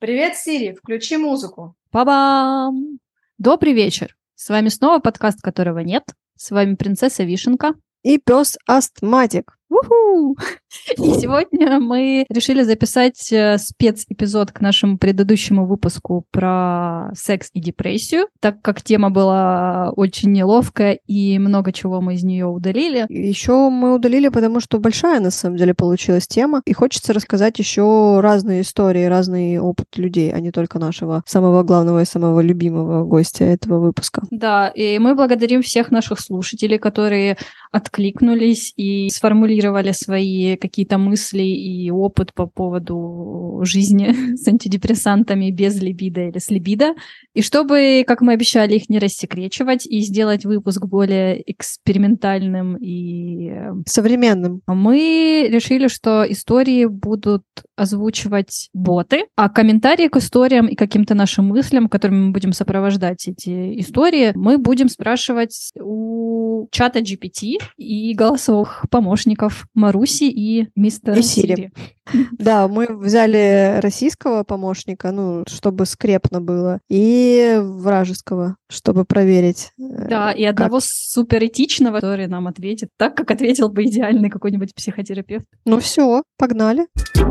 Привет, Сири, включи музыку. Па-бам! Добрый вечер! С вами снова подкаст, которого нет. С вами принцесса Вишенка. И пес Астматик. У-ху! И сегодня мы решили записать спецэпизод к нашему предыдущему выпуску про секс и депрессию, так как тема была очень неловкая и много чего мы из нее удалили. Еще мы удалили, потому что большая, на самом деле, получилась тема, и хочется рассказать еще разные истории, разный опыт людей, а не только нашего самого главного и самого любимого гостя этого выпуска. Да, и мы благодарим всех наших слушателей, которые откликнулись и сформулировали свои какие-то мысли и опыт по поводу жизни с антидепрессантами без либидо или с либидо. И чтобы, как мы обещали, их не рассекречивать и сделать выпуск более экспериментальным и современным, мы решили, что истории будут озвучивать боты, а комментарии к историям и каким-то нашим мыслям, которыми мы будем сопровождать эти истории, мы будем спрашивать у чата GPT и голосовых помощников Маруси и мистера Сири. Да, мы взяли российского помощника, чтобы скрепно было, и вражеского, чтобы проверить. Да, и одного суперэтичного, который нам ответит так, как ответил бы идеальный какой-нибудь психотерапевт. Ну все, погнали.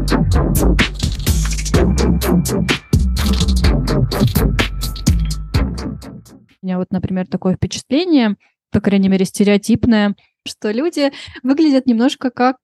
У меня вот, например, такое впечатление, по крайней мере, стереотипное, что люди выглядят немножко как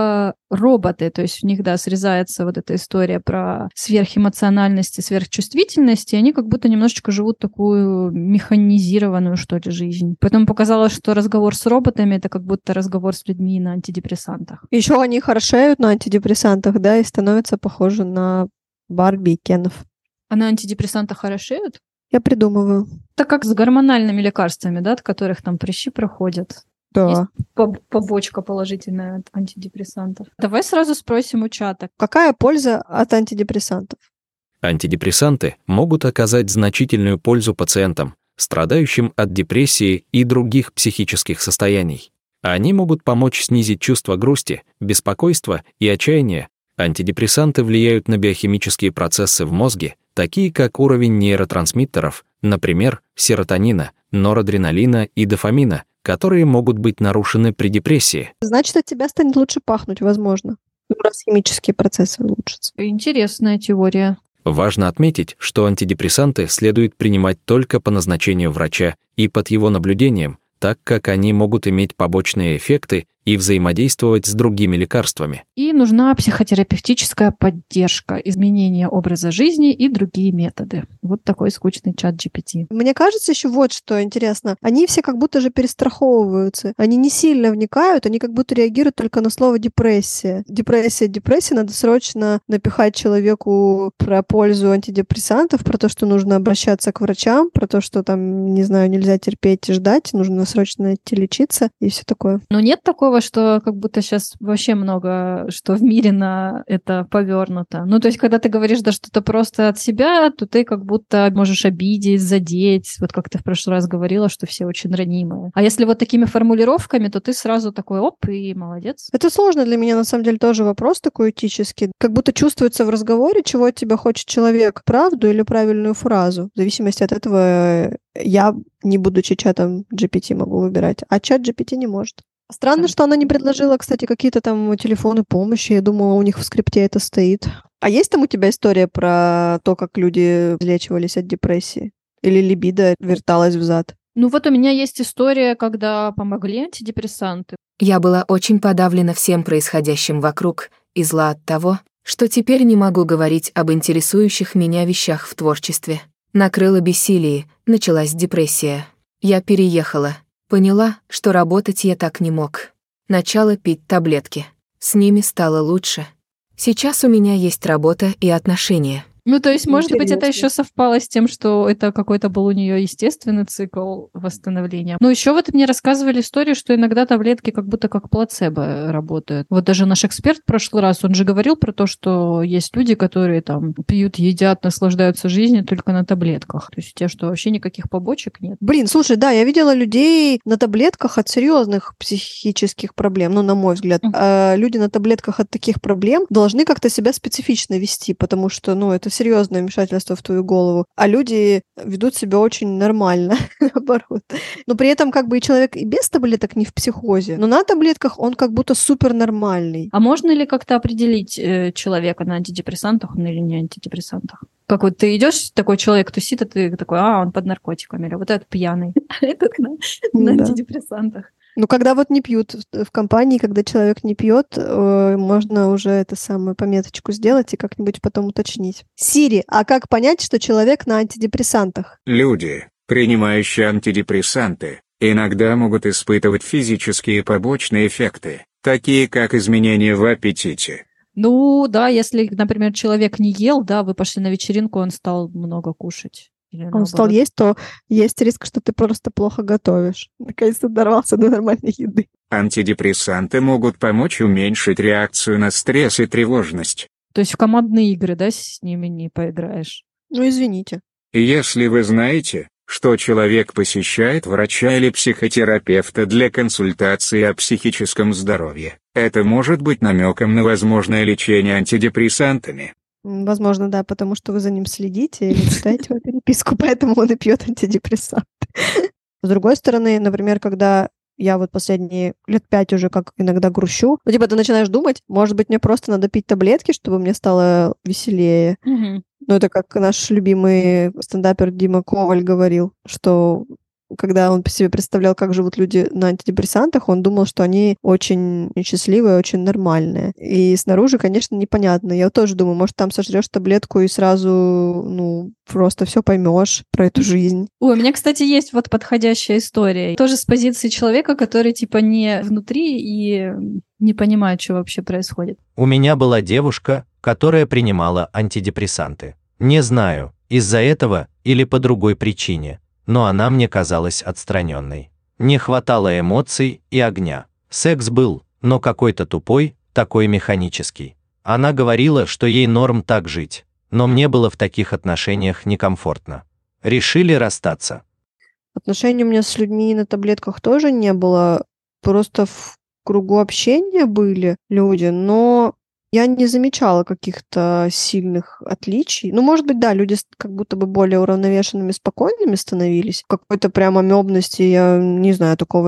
роботы, то есть у них, да, срезается вот эта история про сверхэмоциональность и сверхчувствительность, и они как будто немножечко живут такую механизированную, что ли, жизнь. Поэтому показалось, что разговор с роботами — это как будто разговор с людьми на антидепрессантах. Еще они хорошеют на антидепрессантах, да, и становятся похожи на Барби и Кенов. А на антидепрессантах хорошеют? Я придумываю. Так как с гормональными лекарствами, да, от которых там прыщи проходят. Да. Есть побочка положительная от антидепрессантов. Давай сразу спросим у чата. Какая польза от антидепрессантов? Антидепрессанты могут оказать значительную пользу пациентам, страдающим от депрессии и других психических состояний. Они могут помочь снизить чувство грусти, беспокойства и отчаяния. Антидепрессанты влияют на биохимические процессы в мозге, такие как уровень нейротрансмиттеров, например, серотонина, норадреналина и дофамина, которые могут быть нарушены при депрессии. Значит, от тебя станет лучше пахнуть, возможно, раз химические процессы улучшатся. Интересная теория. Важно отметить, что антидепрессанты следует принимать только по назначению врача и под его наблюдением, так как они могут иметь побочные эффекты и взаимодействовать с другими лекарствами. И нужна психотерапевтическая поддержка, изменение образа жизни и другие методы. Вот такой скучный чат GPT. Мне кажется, еще вот что интересно. Они все как будто же перестраховываются. Они не сильно вникают, они как будто реагируют только на слово депрессия. Депрессия. Надо срочно напихать человеку про пользу антидепрессантов, про то, что нужно обращаться к врачам, про то, что там, не знаю, нельзя терпеть и ждать, нужно срочно идти лечиться и все такое. Но нет такого, что как будто сейчас вообще много, что в мире на это повернуто. Ну, то есть, когда ты говоришь да что-то просто от себя, то ты как будто можешь обидеть, задеть. Вот как ты в прошлый раз говорила, что все очень ранимые. А если вот такими формулировками, то ты сразу такой оп, и молодец. Это сложно для меня, на самом деле, тоже вопрос такой этический. Как будто чувствуется в разговоре, чего от тебя хочет человек. Правду или правильную фразу. В зависимости от этого я, не будучи чатом GPT, могу выбирать. А чат GPT не может. Странно, что она не предложила, кстати, какие-то там телефоны помощи. Я думала, у них в скрипте это стоит. А есть там у тебя история про то, как люди излечивались от депрессии? Или либидо верталась взад? Ну вот у меня есть история, когда помогли антидепрессанты. Я была очень подавлена всем происходящим вокруг и зла от того, что теперь не могу говорить об интересующих меня вещах в творчестве. Накрыло бессилие, началась депрессия. Я переехала. Поняла, что работать я так не мог. Начала пить таблетки. С ними стало лучше. Сейчас у меня есть работа и отношения. Ну, то есть, может быть, это Интересно. еще совпало с тем, что это какой-то был у нее естественный цикл восстановления. Но еще вот мне рассказывали историю, что иногда таблетки как будто как плацебо работают. Вот даже наш эксперт в прошлый раз, он же говорил про то, что есть люди, которые там пьют, едят, наслаждаются жизнью только на таблетках. То есть те, что вообще никаких побочек нет. Блин, слушай, да, я видела людей на таблетках от серьезных психических проблем, ну, на мой взгляд. А люди на таблетках от таких проблем должны как-то себя специфично вести, потому что, ну, это серьезное вмешательство в твою голову, а люди ведут себя очень нормально, наоборот. Но при этом как бы и человек и без таблеток не в психозе, но на таблетках он как будто супер нормальный. А можно ли как-то определить человека на антидепрессантах он или не антидепрессантах? Как вот ты идешь, такой человек тусит, а ты такой, он под наркотиками, или вот этот пьяный, а этот на антидепрессантах. Ну, когда вот не пьют в компании, когда человек не пьет, можно уже это самую пометочку сделать и как-нибудь потом уточнить. Сири, а как понять, что человек на антидепрессантах? Люди, принимающие антидепрессанты, иногда могут испытывать физические побочные эффекты, такие как изменения в аппетите. Ну, да, если, например, человек не ел, да, вы пошли на вечеринку, он стал много кушать. Он стал есть, то есть риск, что ты просто плохо готовишь. Наконец-то дорвался до нормальной еды. Антидепрессанты могут помочь уменьшить реакцию на стресс и тревожность. То есть в командные игры, да, с ними не поиграешь? Ну, извините. Если вы знаете, что человек посещает врача или психотерапевта для консультации о психическом здоровье, это может быть намеком на возможное лечение антидепрессантами. Возможно, да, потому что вы за ним следите или читаете его переписку, поэтому он и пьет антидепрессанты. С другой стороны, например, когда я вот последние лет 5 уже как иногда грущу, ну, типа ты начинаешь думать, может быть, мне просто надо пить таблетки, чтобы мне стало веселее. Угу. Ну, это как наш любимый стендапер Дима Коваль говорил, что когда он себе представлял, как живут люди на антидепрессантах, он думал, что они очень счастливые, очень нормальные. И снаружи, конечно, непонятно. Я тоже думаю, может, там сожрешь таблетку и сразу, ну, просто все поймешь про эту жизнь. Ой, у меня, кстати, есть вот подходящая история. Тоже с позиции человека, который типа не внутри и не понимает, что вообще происходит. У меня была девушка, которая принимала антидепрессанты. Не знаю, из-за этого или по другой причине, но она мне казалась отстраненной. Не хватало эмоций и огня. Секс был, но какой-то тупой, такой механический. Она говорила, что ей норм так жить, но мне было в таких отношениях некомфортно. Решили расстаться. Отношений у меня с людьми на таблетках тоже не было. Просто в кругу общения были люди, но я не замечала каких-то сильных отличий. Ну, может быть, да, люди как будто бы более уравновешенными, спокойными становились. Какой-то прям амебности я не знаю, такого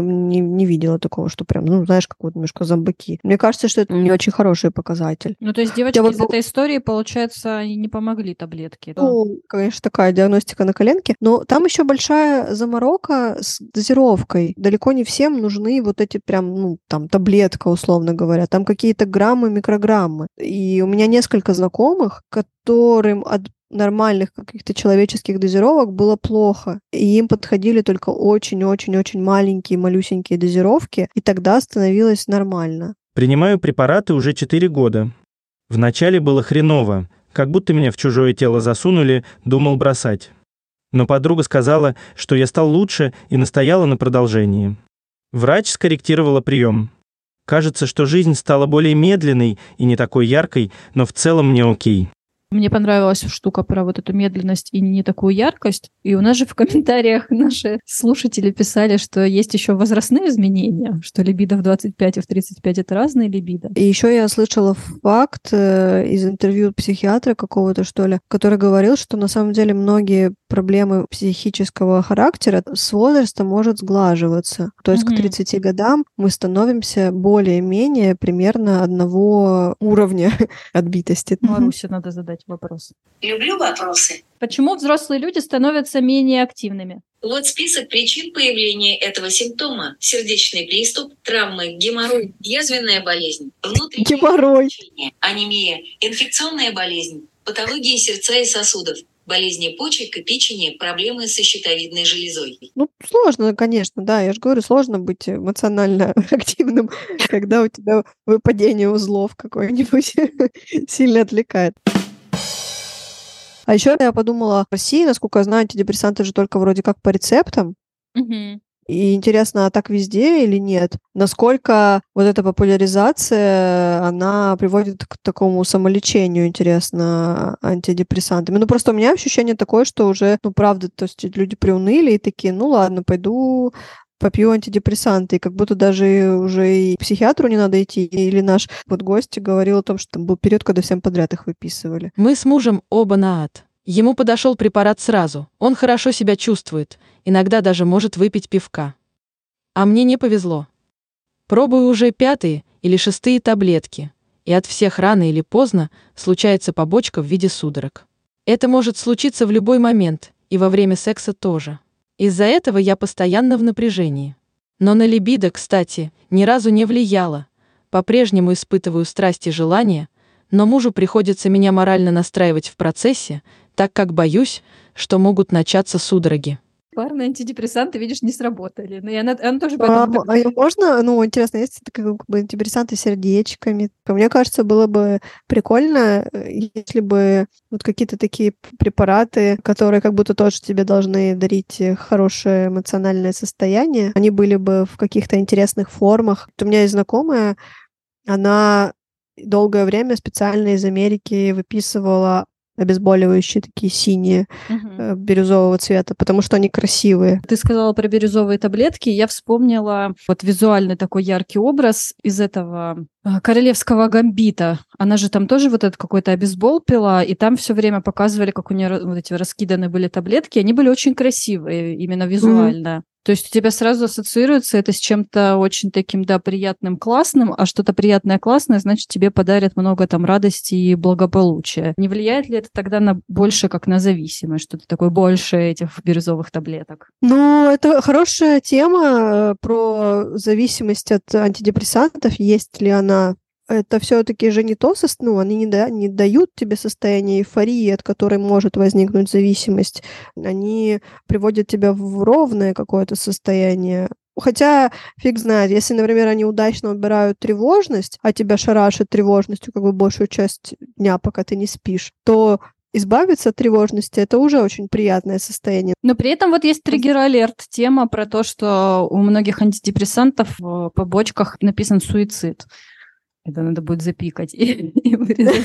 не видела, такого, что прям, ну, знаешь, как вот немножко зомбаки. Мне кажется, что это не очень хороший показатель. Ну, то есть девочки вот из этой истории, получается, они не помогли таблетки. Да? Ну, конечно, такая диагностика на коленке. Но там еще большая заморока с дозировкой. Далеко не всем нужны вот эти прям, ну, там, таблетка, условно говоря. Там какие-то граммы, микрограммы. И у меня несколько знакомых, которым от нормальных каких-то человеческих дозировок было плохо. И им подходили только очень-очень-очень маленькие, малюсенькие дозировки, и тогда становилось нормально. Принимаю препараты уже 4 года. Вначале было хреново, как будто меня в чужое тело засунули, думал бросать. Но подруга сказала, что я стал лучше и настояла на продолжении. Врач скорректировала прием. Кажется, что жизнь стала более медленной и не такой яркой, но в целом мне окей. Мне понравилась штука про вот эту медленность и не такую яркость. И у нас же в комментариях наши слушатели писали, что есть еще возрастные изменения, что либидо в 25 и в 35 — это разные либидо. И еще я слышала факт из интервью психиатра какого-то, что ли, который говорил, что на самом деле многие проблемы психического характера с возрастом может сглаживаться. То есть к 30 годам мы становимся более-менее примерно одного уровня отбитости. Марусе надо задать вопрос. Люблю вопросы. Почему взрослые люди становятся менее активными? Вот список причин появления этого симптома. Сердечный приступ, травмы, геморрой, язвенная болезнь, внутреннее Геморрой. кровотечение, анемия, инфекционная болезнь, патологии сердца и сосудов, болезни почек и печени, проблемы со щитовидной железой. Ну, сложно, конечно, да, я же говорю, сложно быть эмоционально активным, когда у тебя выпадение узлов какое-нибудь сильно отвлекает. А еще я подумала, в России, насколько я знаю, антидепрессанты же только вроде как по рецептам. И интересно, а так везде или нет? Насколько вот эта популяризация, она приводит к такому самолечению, интересно, антидепрессантами? Ну, просто у меня ощущение такое, что уже, ну, правда, то есть люди приуныли и такие, ну, ладно, пойду попью антидепрессанты, и как будто даже уже и к психиатру не надо идти. Или наш вот гость говорил о том, что там был период, когда всем подряд их выписывали. Мы с мужем оба на ад. Ему подошел препарат сразу. Он хорошо себя чувствует. Иногда даже может выпить пивка. А мне не повезло. Пробую уже 5-е или 6-е таблетки. И от всех рано или поздно случается побочка в виде судорог. Это может случиться в любой момент, и во время секса тоже. Из-за этого я постоянно в напряжении. Но на либидо, кстати, ни разу не влияло. По-прежнему испытываю страсть и желание, но мужу приходится меня морально настраивать в процессе, так как боюсь, что могут начаться судороги. Парные антидепрессанты, видишь, не сработали. Но она тоже поэтому... Можно, интересно, есть как бы антидепрессанты с сердечками? Мне кажется, было бы прикольно, если бы вот какие-то такие препараты, которые как будто тоже тебе должны дарить хорошее эмоциональное состояние, они были бы в каких-то интересных формах. У меня есть знакомая, она долгое время специально из Америки выписывала обезболивающие такие синие, бирюзового цвета, потому что они красивые. Ты сказала про бирюзовые таблетки, я вспомнила вот визуальный такой яркий образ из этого королевского гамбита. Она же там тоже вот этот какой-то обезбол пила, и там все время показывали, как у нее вот эти раскиданы были таблетки, они были очень красивые, именно визуально. То есть у тебя сразу ассоциируется это с чем-то очень таким, да, приятным, классным, а что-то приятное, классное, значит, тебе подарят много там радости и благополучия. Не влияет ли это тогда на больше как на зависимость, что-то такое больше этих бирюзовых таблеток? Это хорошая тема про зависимость от антидепрессантов, есть ли она. Это все-таки же не то, они не дают тебе состояние эйфории, от которой может возникнуть зависимость. Они приводят тебя в ровное какое-то состояние. Хотя, фиг знает, если, например, они удачно убирают тревожность, а тебя шарашит тревожностью как бы большую часть дня, пока ты не спишь, то избавиться от тревожности — это уже очень приятное состояние. Но при этом вот есть триггер-алерт, тема про то, что у многих антидепрессантов в побочках написан суицид. Это надо будет запикать и вырезать.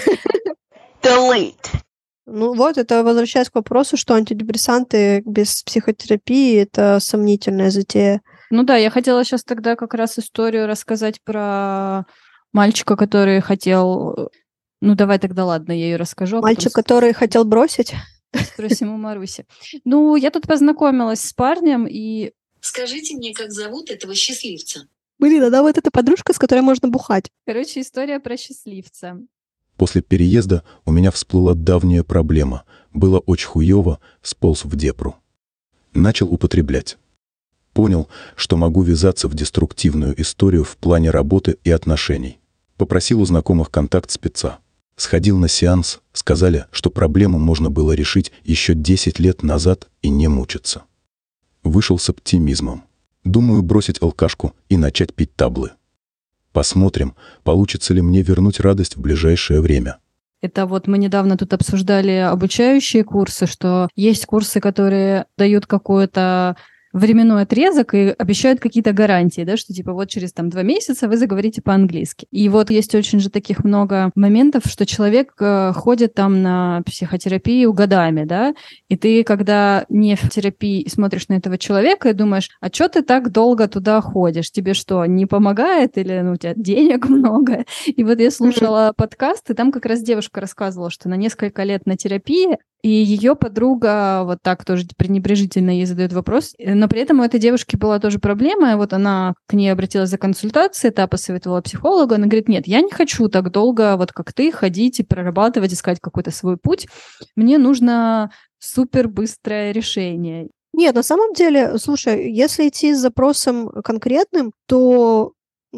Delete. Это возвращаясь к вопросу, что антидепрессанты без психотерапии — это сомнительная затея. Я хотела сейчас тогда как раз историю рассказать про мальчика, который хотел... давай тогда, ладно, я ее расскажу. Мальчик, который хотел бросить? Спросим у Маруси. Я тут познакомилась с парнем и... Скажите мне, как зовут этого счастливца? Блин, она вот эта подружка, с которой можно бухать. Короче, история про счастливца. После переезда у меня всплыла давняя проблема. Было очень хуёво, сполз в депру. Начал употреблять. Понял, что могу ввязаться в деструктивную историю в плане работы и отношений. Попросил у знакомых контакт спеца. Сходил на сеанс, сказали, что проблему можно было решить еще 10 лет назад и не мучиться. Вышел с оптимизмом. Думаю бросить алкашку и начать пить таблы. Посмотрим, получится ли мне вернуть радость в ближайшее время. Это вот мы недавно тут обсуждали обучающие курсы, что есть курсы, которые дают какое-то временной отрезок и обещают какие-то гарантии, да, что типа вот через 2 месяца вы заговорите по-английски. И вот есть очень же таких много моментов, что человек ходит там на психотерапию годами, да, и ты, когда не в терапии смотришь на этого человека и думаешь, а что ты так долго туда ходишь? Тебе что, не помогает или у тебя денег много? И вот я слушала подкаст, и там как раз девушка рассказывала, что на несколько лет на терапии, и ее подруга вот так тоже пренебрежительно ей задает вопрос. Но при этом у этой девушки была тоже проблема. Вот она к ней обратилась за консультацией, та посоветовала психологу. Она говорит, нет, я не хочу так долго, вот как ты, ходить и прорабатывать, искать какой-то свой путь. Мне нужно супер быстрое решение. Нет, на самом деле, слушай, если идти с запросом конкретным, то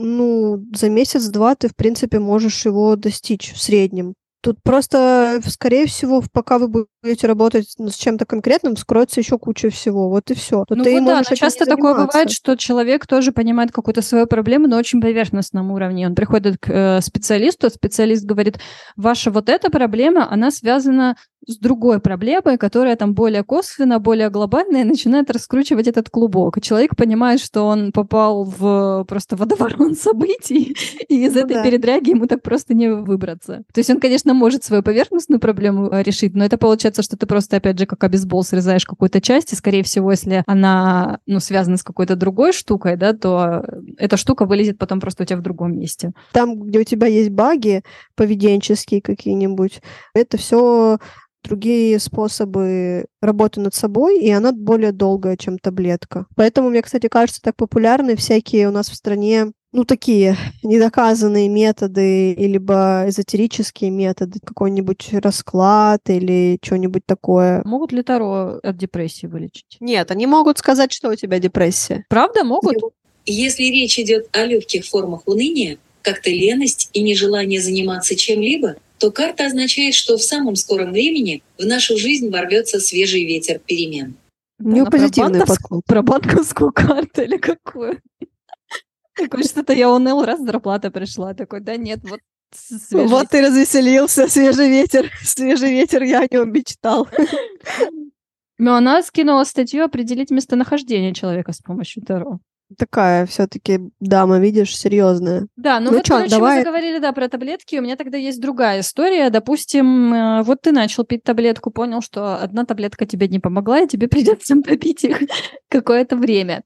за месяц-два ты, в принципе, можешь его достичь в среднем. Тут просто, скорее всего, пока вы будете работать с чем-то конкретным, скроется еще куча всего. Вот и все. Часто такое бывает, что человек тоже понимает какую-то свою проблему на очень поверхностном уровне. Он приходит к специалисту, специалист говорит, ваша вот эта проблема, она связана с другой проблемой, которая там более косвенно, более глобальная, и начинает раскручивать этот клубок. И человек понимает, что он попал в просто водоворот событий, и из этой передряги ему так просто не выбраться. То есть он, конечно, может свою поверхностную проблему решить, но это получается, что ты просто, опять же, как обезбол, срезаешь какую-то часть, и, скорее всего, если она, связана с какой-то другой штукой, да, то эта штука вылезет потом просто у тебя в другом месте. Там, где у тебя есть баги поведенческие какие-нибудь, это все другие способы работы над собой, и она более долгая, чем таблетка. Поэтому, мне, кстати, кажется, так популярны всякие у нас в стране, такие недоказанные методы, либо эзотерические методы, какой-нибудь расклад или что-нибудь такое. Могут ли Таро от депрессии вылечить? Нет, они могут сказать, что у тебя депрессия. Правда, могут? Если речь идет о легких формах уныния, как-то леность и нежелание заниматься чем-либо, то карта означает, что в самом скором времени в нашу жизнь ворвется свежий ветер перемен. У нее позитивный подход. Про банковскую карту или какую? Такой, что-то я уныл, раз зарплата пришла. Такой, да нет, вот свежий. Вот ты развеселился, свежий ветер, я о нем мечтал. Но она скинула статью определить местонахождение человека с помощью Таро. Такая все-таки дама, видишь, серьезная. Да, короче, мы заговорили, про таблетки. У меня тогда есть другая история. Допустим, вот ты начал пить таблетку, понял, что одна таблетка тебе не помогла, и тебе придется попить их какое-то время.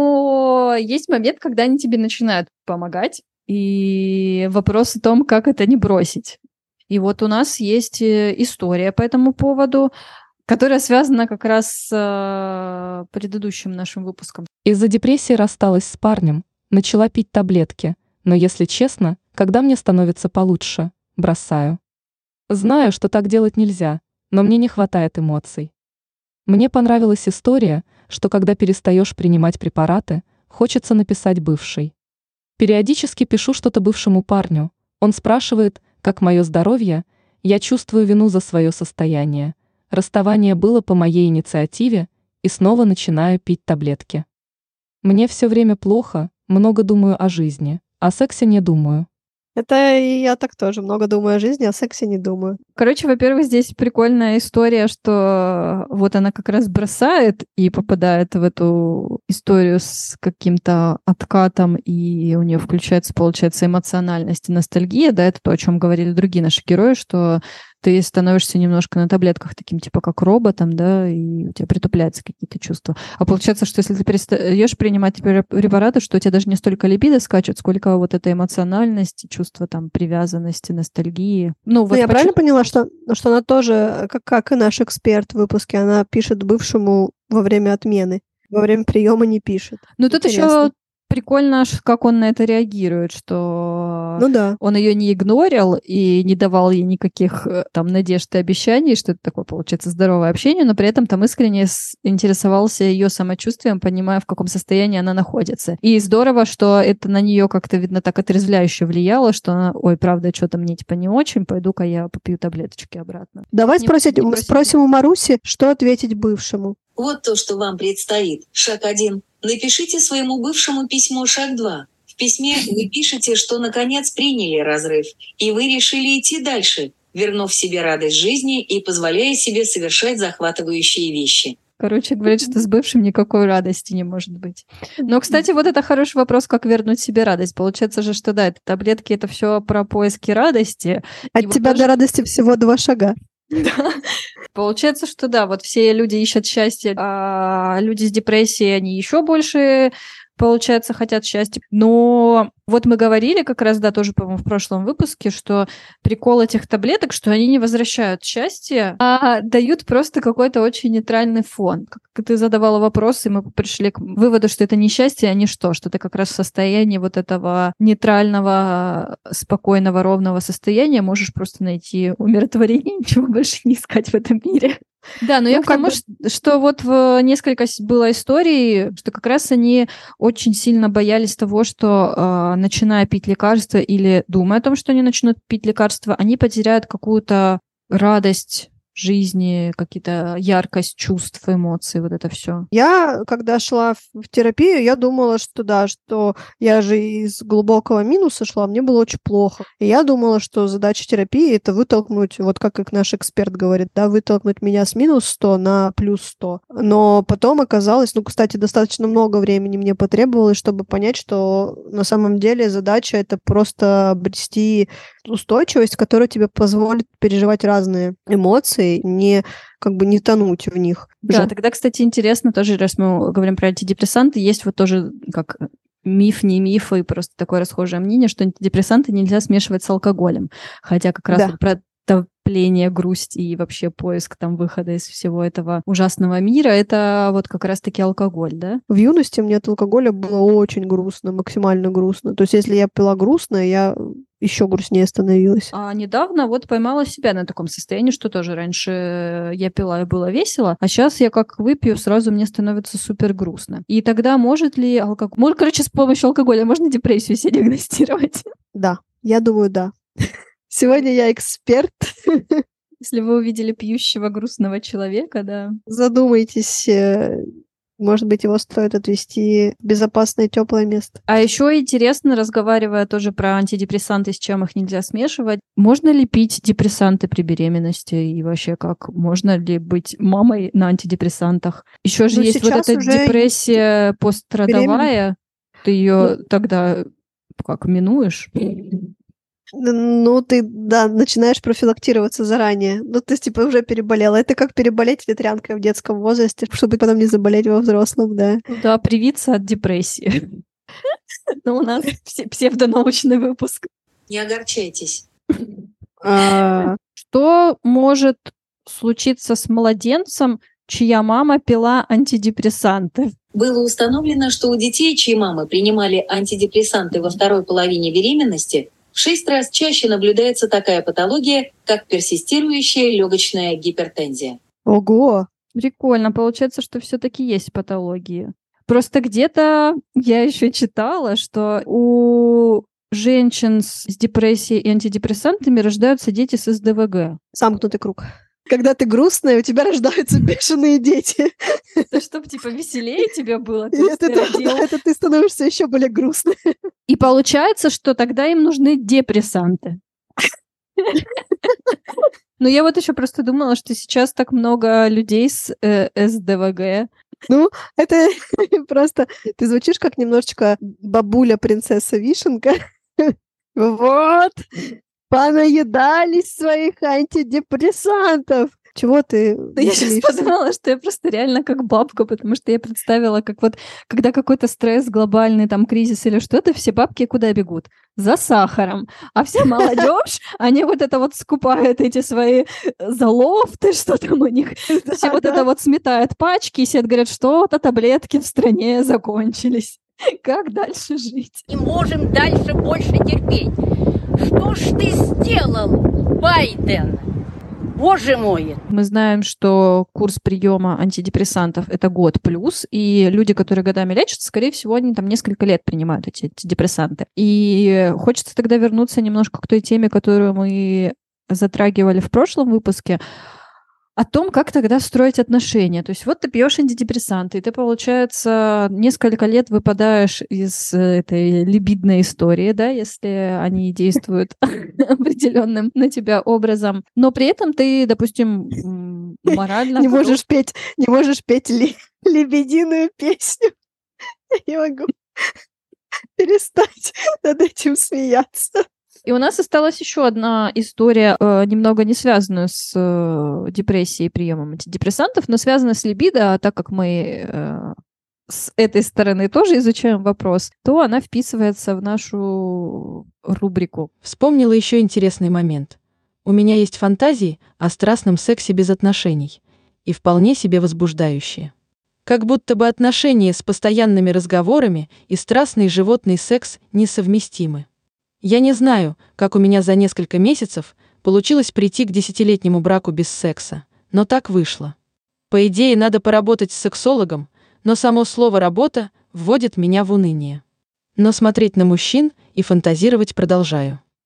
Но есть момент, когда они тебе начинают помогать, и вопрос о том, как это не бросить. И вот у нас есть история по этому поводу, которая связана как раз с предыдущим нашим выпуском. Из-за депрессии рассталась с парнем, начала пить таблетки, но, если честно, когда мне становится получше, бросаю. Знаю, что так делать нельзя, но мне не хватает эмоций. Мне понравилась история, что когда перестаешь принимать препараты, хочется написать бывшей. Периодически пишу что-то бывшему парню, он спрашивает, как мое здоровье, я чувствую вину за свое состояние. Расставание было по моей инициативе, и снова начинаю пить таблетки. Мне все время плохо, много думаю о жизни, о сексе не думаю. Это и я так тоже много думаю о жизни, о сексе не думаю. Короче, во-первых, здесь прикольная история, что вот она как раз бросает и попадает в эту историю с каким-то откатом, и у нее включается, получается, эмоциональность и ностальгия. Да, это то, о чем говорили другие наши герои, что ты становишься немножко на таблетках таким, типа, как роботом, да, и у тебя притупляются какие-то чувства. А получается, что если ты перестаешь принимать препараты, что у тебя даже не столько либидо скачет, сколько вот эта эмоциональность, чувство там привязанности, ностальгии. Я правильно поняла, что она тоже, как и наш эксперт в выпуске, она пишет бывшему во время отмены, во время приема не пишет. Тут еще прикольно, как он на это реагирует, что он ее не игнорил и не давал ей никаких там надежд и обещаний, что это такое, получается, здоровое общение, но при этом там искренне интересовался ее самочувствием, понимая, в каком состоянии она находится. И здорово, что это на нее как-то, видно, так отрезвляюще влияло, что она, ой, правда, что-то мне типа не очень, пойду-ка я попью таблеточки обратно. Давай спросим у Маруси, что ответить бывшему. Вот то, что вам предстоит. Шаг 1. Напишите своему бывшему письмо. Шаг 2. В письме вы пишете, что наконец приняли разрыв, и вы решили идти дальше, вернув себе радость жизни и позволяя себе совершать захватывающие вещи. Короче, говорит, что с бывшим никакой радости не может быть. Но, кстати, вот это хороший вопрос, как вернуть себе радость. Получается же, что да, это таблетки, это все про поиски радости. От тебя до радости всего 2 шага. Да. Получается, что да, вот все люди ищут счастье, а люди с депрессией, они еще больше, получается, хотят счастья. Но вот мы говорили как раз, да, тоже, по-моему, в прошлом выпуске, что прикол этих таблеток, что они не возвращают счастье, а дают просто какой-то очень нейтральный фон. Как ты задавала вопрос, и мы пришли к выводу, что это не счастье, а ничто, что ты как раз в состоянии вот этого нейтрального, спокойного, ровного состояния можешь просто найти умиротворение, ничего больше не искать в этом мире. Да, но я к тому, что вот несколько было историй, что как раз они очень сильно боялись того, что начиная пить лекарства или думая о том, что они начнут пить лекарства, они потеряют какую-то радость жизни, какие-то яркость чувств, эмоций, вот это все. Я, когда шла в терапию, я думала, что да, что я же из глубокого минуса шла, мне было очень плохо. И я думала, что задача терапии — это вытолкнуть, вот как наш эксперт говорит, да, вытолкнуть меня с минус 100 на плюс 100. Но потом оказалось, кстати, достаточно много времени мне потребовалось, чтобы понять, что на самом деле задача — это просто обрести устойчивость, которая тебе позволит переживать разные эмоции, не тонуть в них. Да, тогда, кстати, интересно тоже, раз мы говорим про антидепрессанты, есть вот тоже как миф, не миф, и просто такое расхожее мнение, что антидепрессанты нельзя смешивать с алкоголем. Хотя как раз вот про топление, грусть и вообще поиск там выхода из всего этого ужасного мира, это вот как раз-таки алкоголь, да? В юности мне от алкоголя было очень грустно, максимально грустно. То есть если я пила грустно, я еще грустнее становилась. А недавно вот поймала себя на таком состоянии, что тоже раньше я пила и было весело, а сейчас я как выпью, сразу мне становится супер грустно. И тогда может ли алкоголь... с помощью алкоголя можно депрессию себе диагностировать? Да, я думаю, да. Сегодня я эксперт. Если вы увидели пьющего грустного человека, да. Задумайтесь, может быть, его стоит отвезти в безопасное теплое место. А еще интересно, разговаривая тоже про антидепрессанты, с чем их нельзя смешивать, можно ли пить депрессанты при беременности и вообще как? Можно ли быть мамой на антидепрессантах? Еще же есть вот эта депрессия пострадовая. Ты ее тогда как минуешь? Ты, начинаешь профилактироваться заранее. Ты, уже переболела. Это как переболеть ветрянкой в детском возрасте, чтобы потом не заболеть во взрослом, да. Да, привиться от депрессии. Но у нас псевдонаучный выпуск. Не огорчайтесь. Что может случиться с младенцем, чья мама пила антидепрессанты? Было установлено, что у детей, чьи мамы принимали антидепрессанты во второй половине беременности, в 6 раз чаще наблюдается такая патология, как персистирующая легочная гипертензия. Ого! Прикольно. Получается, что все-таки есть патологии. Просто где-то я еще читала, что у женщин с депрессией и антидепрессантами рождаются дети с СДВГ. Замкнутый круг. Когда ты грустная, у тебя рождаются бешеные дети. Это чтобы веселее тебе было. Это ты становишься еще более грустной. И получается, что тогда им нужны депрессанты. Но я вот еще просто думала, что сейчас так много людей с СДВГ. Это просто... Ты звучишь как немножечко бабуля-принцесса Вишенка. Вот! Понаедались своих антидепрессантов. Чего ты? Я сейчас подумала, что я просто реально как бабка, потому что я представила, как вот, когда какой-то стресс, глобальный там кризис или что-то, все бабки куда бегут? За сахаром. А вся молодежь, они вот это вот скупают эти свои залофты, что там у них. Все вот это вот сметают пачки и сидят, говорят, что-то таблетки в стране закончились. Как дальше жить? Не можем дальше больше терпеть. Что ж ты сделал, Байден? Боже мой! Мы знаем, что курс приема антидепрессантов — это год плюс, и люди, которые годами лечатся, скорее всего, они там несколько лет принимают эти антидепрессанты. И хочется тогда вернуться немножко к той теме, которую мы затрагивали в прошлом выпуске, о том, как тогда строить отношения. То есть вот ты пьешь антидепрессанты, и ты, получается, несколько лет выпадаешь из этой либидной истории, да, если они действуют определенным на тебя образом. Но при этом ты, допустим, морально... Не можешь петь лебединую песню. Я не могу перестать над этим смеяться. И у нас осталась еще одна история, немного не связанная с депрессией и приемом антидепрессантов, но связанная с либидо, а так как мы с этой стороны тоже изучаем вопрос, то она вписывается в нашу рубрику. Вспомнила еще интересный момент. У меня есть фантазии о страстном сексе без отношений, и вполне себе возбуждающие. Как будто бы отношения с постоянными разговорами и страстный животный секс несовместимы. Я не знаю, как у меня за несколько месяцев получилось прийти к 10-летнему браку без секса, но так вышло. По идее, надо поработать с сексологом, но само слово «работа» вводит меня в уныние. Но смотреть на мужчин и фантазировать продолжаю.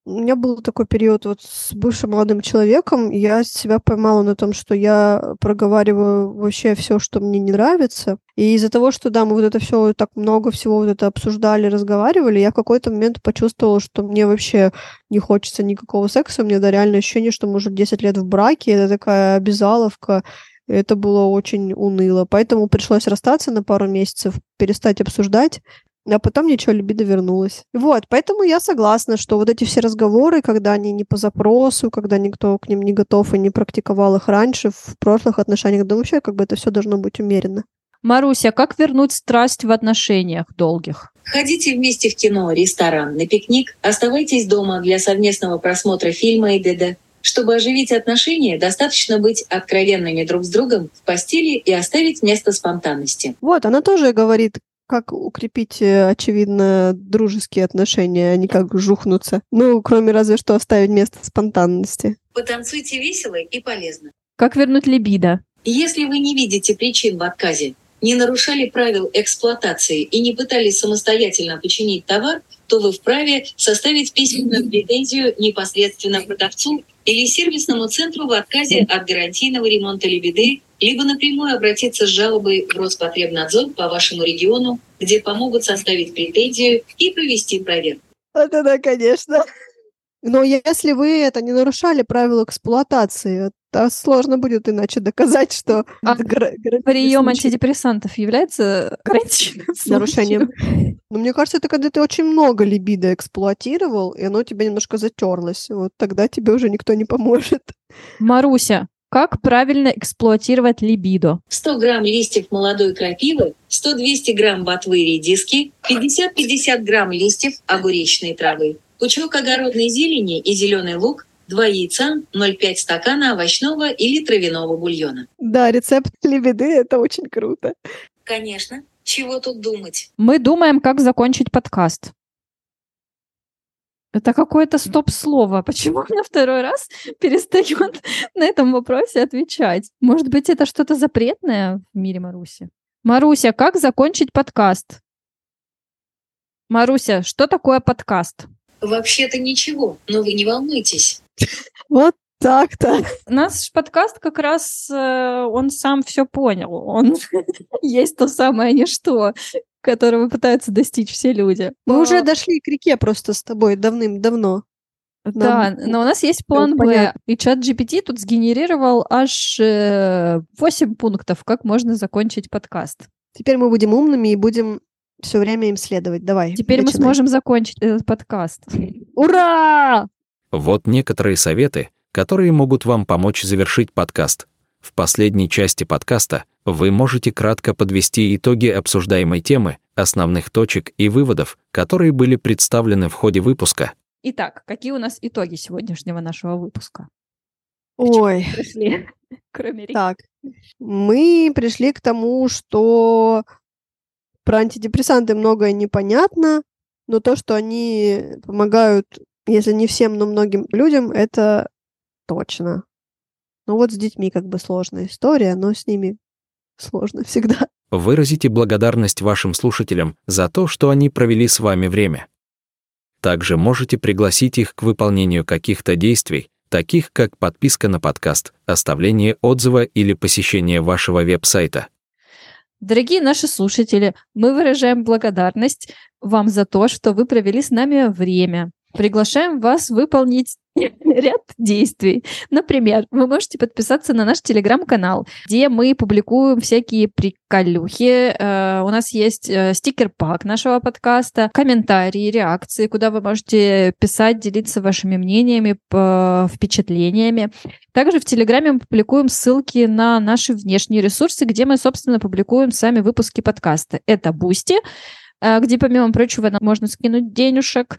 У меня был такой период вот с бывшим молодым человеком, я себя поймала на том, что я проговариваю вообще все, что мне не нравится. И из-за того, что, да, мы вот это все так много всего вот это обсуждали, разговаривали, я в какой-то момент почувствовала, что мне вообще не хочется никакого секса. У меня, да, реально ощущение, что мы уже 10 лет в браке, это такая обязаловка. Это было очень уныло. Поэтому пришлось расстаться на пару месяцев, перестать обсуждать. А потом ничего, либидо вернулось. Вот, поэтому я согласна, что вот эти все разговоры, когда они не по запросу, когда никто к ним не готов и не практиковал их раньше, в прошлых отношениях, да вообще как бы это все должно быть умеренно. Маруся, как вернуть страсть в отношениях долгих? Ходите вместе в кино, ресторан, на пикник, оставайтесь дома для совместного просмотра фильма и д.д. Чтобы оживить отношения, достаточно быть откровенными друг с другом в постели и оставить место спонтанности. Вот, она тоже говорит, как укрепить, очевидно, дружеские отношения, а не как жухнуться. Ну, кроме разве что оставить место спонтанности. Потанцуйте весело и полезно. Как вернуть либидо? Если вы не видите причин в отказе, не нарушали правил эксплуатации и не пытались самостоятельно починить товар, то вы вправе составить письменную претензию непосредственно продавцу или сервисному центру в отказе от гарантийного ремонта либиды, либо напрямую обратиться с жалобой в Роспотребнадзор по вашему региону, где помогут составить претензию и провести проверку. Это да, конечно. Но если вы это не нарушали правила эксплуатации, то сложно будет иначе доказать, что прием антидепрессантов является гарантийным нарушением. Но мне кажется, это когда ты очень много либидо эксплуатировал, и оно тебе немножко затерлось. Вот тогда тебе уже никто не поможет. Маруся, как правильно эксплуатировать либидо? 100 грамм листьев молодой крапивы, 100-200 грамм ботвы редиски, 50-50 грамм листьев огуречной травы, пучок огородной зелени и зеленый лук, 2 яйца, 0,5 стакана овощного или травяного бульона. Да, рецепт либиды – это очень круто. Конечно. Чего тут думать? Мы думаем, как закончить подкаст. Это какое-то стоп-слово. Почему на второй раз перестает на этом вопросе отвечать? Может быть, это что-то запретное в мире Маруси? Маруся, как закончить подкаст? Маруся, что такое подкаст? Вообще-то ничего, но вы не волнуйтесь. Вот так-то. Наш подкаст как раз, он сам все понял. Он есть то самое ничто, которого пытаются достичь все люди. Мы уже дошли к реке просто с тобой давным-давно. Да, но у нас есть план Б. И чат GPT тут сгенерировал аж 8 пунктов, как можно закончить подкаст. Теперь мы будем умными и будем все время им следовать. Давай. Теперь начинай. Мы сможем закончить этот подкаст. Ура! Вот некоторые советы, которые могут вам помочь завершить подкаст. В последней части подкаста вы можете кратко подвести итоги обсуждаемой темы, основных точек и выводов, которые были представлены в ходе выпуска. Итак, какие у нас итоги сегодняшнего нашего выпуска? Ой. Пришли, кроме реки. Так, мы пришли к тому, что про антидепрессанты многое непонятно, но то, что они помогают, если не всем, но многим людям, это точно. Ну вот с детьми как бы сложная история, но с ними сложно всегда. Выразите благодарность вашим слушателям за то, что они провели с вами время. Также можете пригласить их к выполнению каких-то действий, таких как подписка на подкаст, оставление отзыва или посещение вашего веб-сайта. Дорогие наши слушатели, мы выражаем благодарность вам за то, что вы провели с нами время. Приглашаем вас выполнить ряд действий. Например, вы можете подписаться на наш телеграм-канал, где мы публикуем всякие приколюхи. У нас есть стикер-пак нашего подкаста, комментарии, реакции, куда вы можете писать, делиться вашими мнениями, впечатлениями. Также в телеграме мы публикуем ссылки на наши внешние ресурсы, где мы, собственно, публикуем сами выпуски подкаста. Это Boosty, где, помимо прочего, можно скинуть денежек.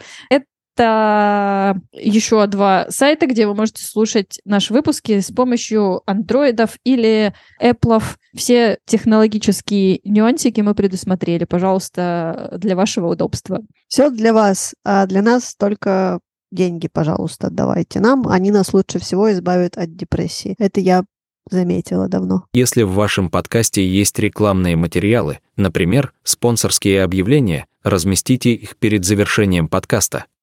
Это еще 2 сайта, где вы можете слушать наши выпуски с помощью андроидов или эпплов. Все технологические нюансики мы предусмотрели, пожалуйста, для вашего удобства. Все для вас, а для нас только деньги, пожалуйста, давайте нам. Они нас лучше всего избавят от депрессии. Это я заметила давно. Если в вашем подкасте есть рекламные материалы, например, спонсорские объявления, разместите их перед завершением подкаста.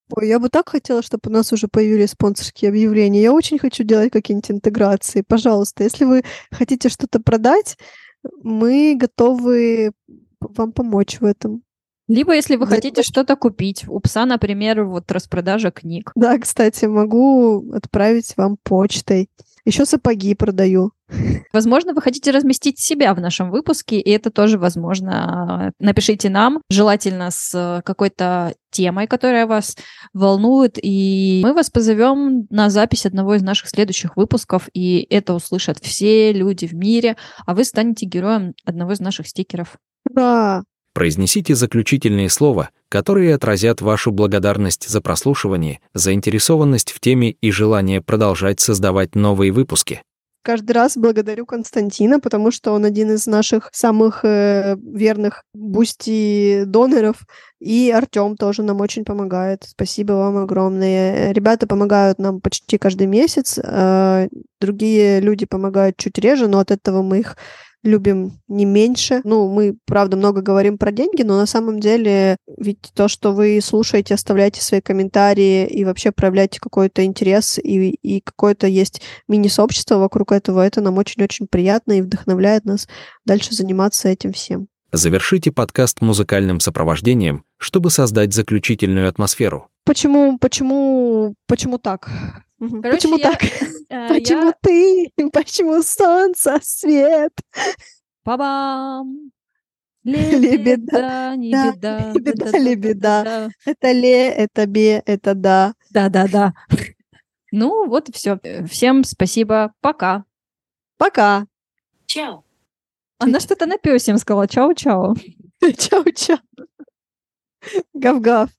Ой, я бы так хотела, чтобы у нас уже появились спонсорские объявления. Я очень хочу делать какие-нибудь интеграции. Пожалуйста, если вы хотите что-то продать, мы готовы вам помочь в этом. Либо, если вы Да, хотите да. что-то купить. У пса, например, вот распродажа книг. Да, кстати, могу отправить вам почтой. Еще сапоги продаю. Возможно, вы хотите разместить себя в нашем выпуске, и это тоже возможно. Напишите нам, желательно с какой-то темой, которая вас волнует, и мы вас позовем на запись одного из наших следующих выпусков, и это услышат все люди в мире, а вы станете героем одного из наших стикеров. Да. Произнесите заключительные слова, которые отразят вашу благодарность за прослушивание, заинтересованность в теме и желание продолжать создавать новые выпуски. Каждый раз благодарю Константина, потому что он один из наших самых верных бусти-доноров. И Артём тоже нам очень помогает. Спасибо вам огромное. Ребята помогают нам почти каждый месяц. Другие люди помогают чуть реже, но от этого мы их любим не меньше. Ну, мы, правда, много говорим про деньги, но на самом деле ведь то, что вы слушаете, оставляете свои комментарии и вообще проявляете какой-то интерес и какое-то есть мини-сообщество вокруг этого, это нам очень-очень приятно и вдохновляет нас дальше заниматься этим всем. Завершите подкаст музыкальным сопровождением, чтобы создать заключительную атмосферу. Почему так? Короче, Почему я- так? Почему ты? Почему солнце, свет? Па-бам! Лебеда, не да, беда. лебеда, Да-да-да-да-да-да. лебеда. Это ле, это бе, это да. Да-да-да. Ну, вот и все. Всем спасибо. Пока. Пока. Чао. Она что-то на пёсе им сказала. Чао-чао. Чао-чао. Гав-гав.